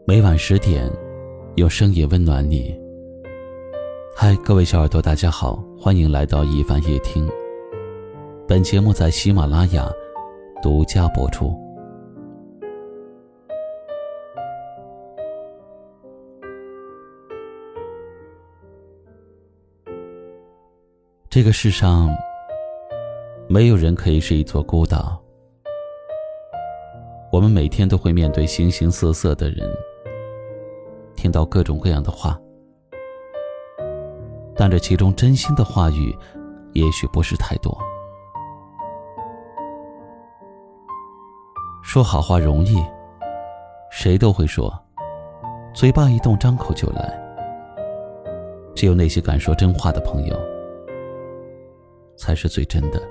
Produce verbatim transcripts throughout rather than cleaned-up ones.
每晚十点，用声音温暖你。嗨，各位小耳朵，大家好，欢迎来到一凡夜听。本节目在喜马拉雅独家播出。这个世上，没有人可以是一座孤岛。我们每天都会面对形形色色的人，听到各种各样的话，但这其中真心的话语也许不是太多。说好话容易，谁都会说，嘴巴一动张口就来。只有那些敢说真话的朋友，才是最真的。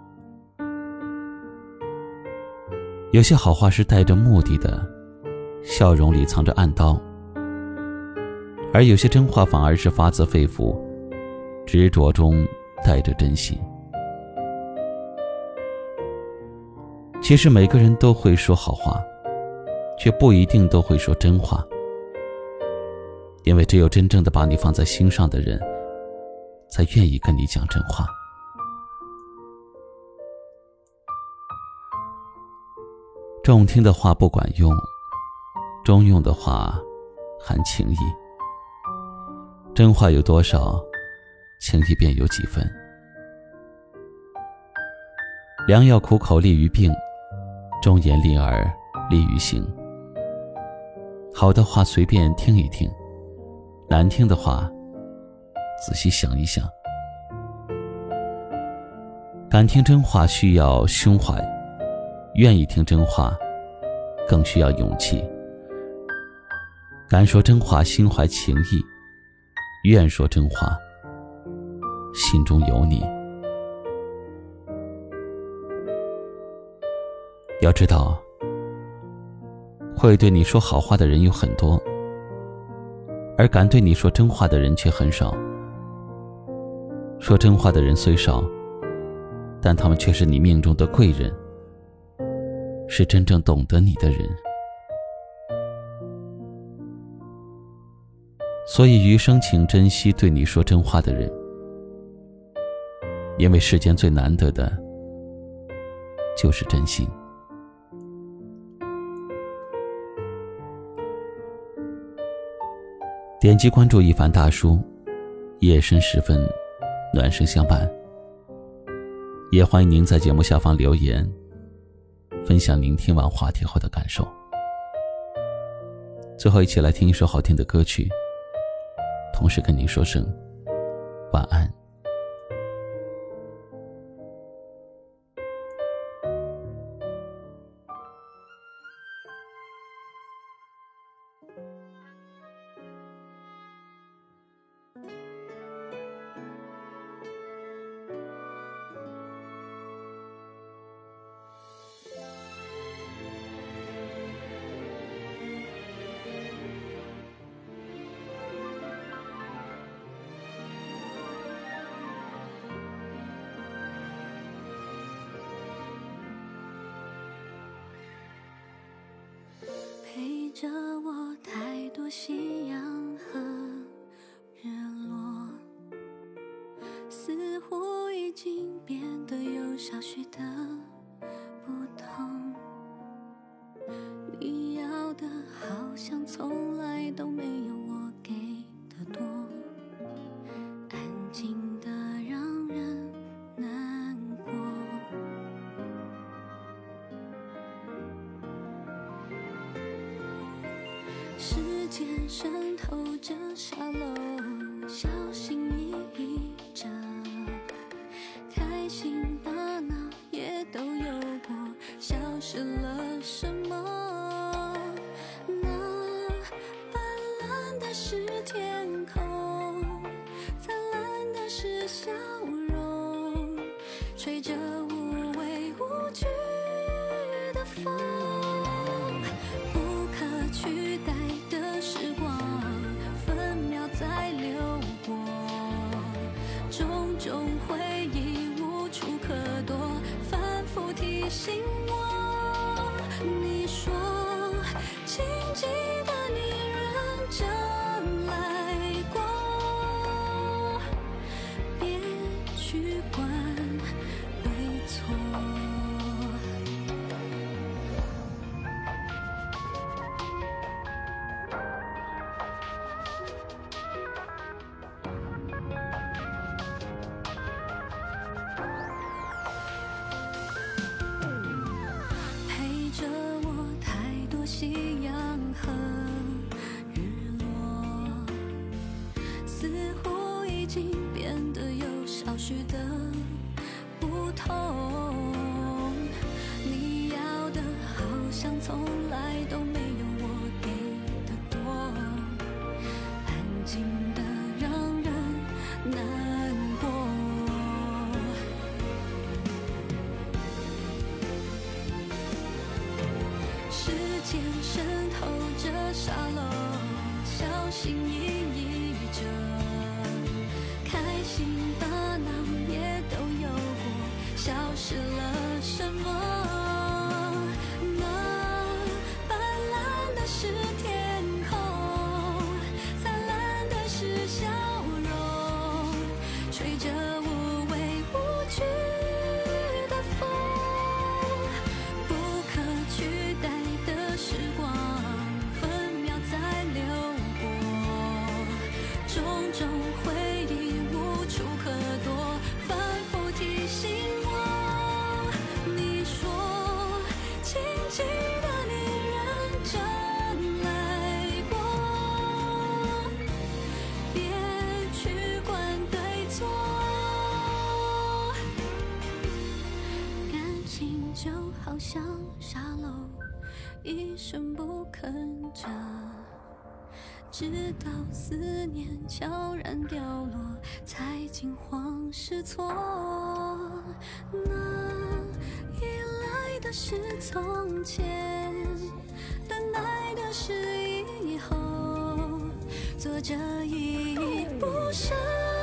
有些好话是带着目的的，笑容里藏着暗刀，而有些真话反而是发自肺腑，执着中带着真心。其实每个人都会说好话，却不一定都会说真话，因为只有真正的把你放在心上的人，才愿意跟你讲真话。中听的话不管用，中用的话含情意。真话有多少，情意便有几分。良药苦口利于病，忠言逆耳利于行。好的话随便听一听，难听的话仔细想一想。敢听真话需要胸怀，愿意听真话更需要勇气。敢说真话心怀情意，愿说真话心中有你。要知道，会对你说好话的人有很多，而敢对你说真话的人却很少。说真话的人虽少，但他们却是你命中的贵人，是真正懂得你的人。所以余生请珍惜对你说真话的人，因为世间最难得的就是真心。点击关注一凡大叔，夜深时分暖声相伴。也欢迎您在节目下方留言，分享您听完话题后的感受。最后一起来听一首好听的歌曲，同时跟您说声晚安。 陪着我太多夕阳和日落，似乎已经变得有少许的不同。你要的好像从来都没有我给的多，安静的让人难过。时间渗透着沙漏，小心翼翼着，开心大闹也都有过，消失了什么？那斑斓的是天空，灿烂的是笑容，吹着无畏无惧的风。种回忆无处可躲，反复提醒我，你说请记得你痛。你要的好像从来都没有我给的多，安静的让人难过。时间渗透着沙漏，小心翼翼着，开心大闹也都有过，消失了什么？那斑斓的是天空，灿烂的是笑容，吹着无畏无惧的风，不可取代的时光，分秒在流过，种种回忆无处可躲，反复提醒我，你说轻轻的你认真来过，别去管对错，感情就好像沙漏，一声不吭着，直到思念悄然掉落，才惊慌失措。那依赖的是从前，等待的是以后，做着依依不舍。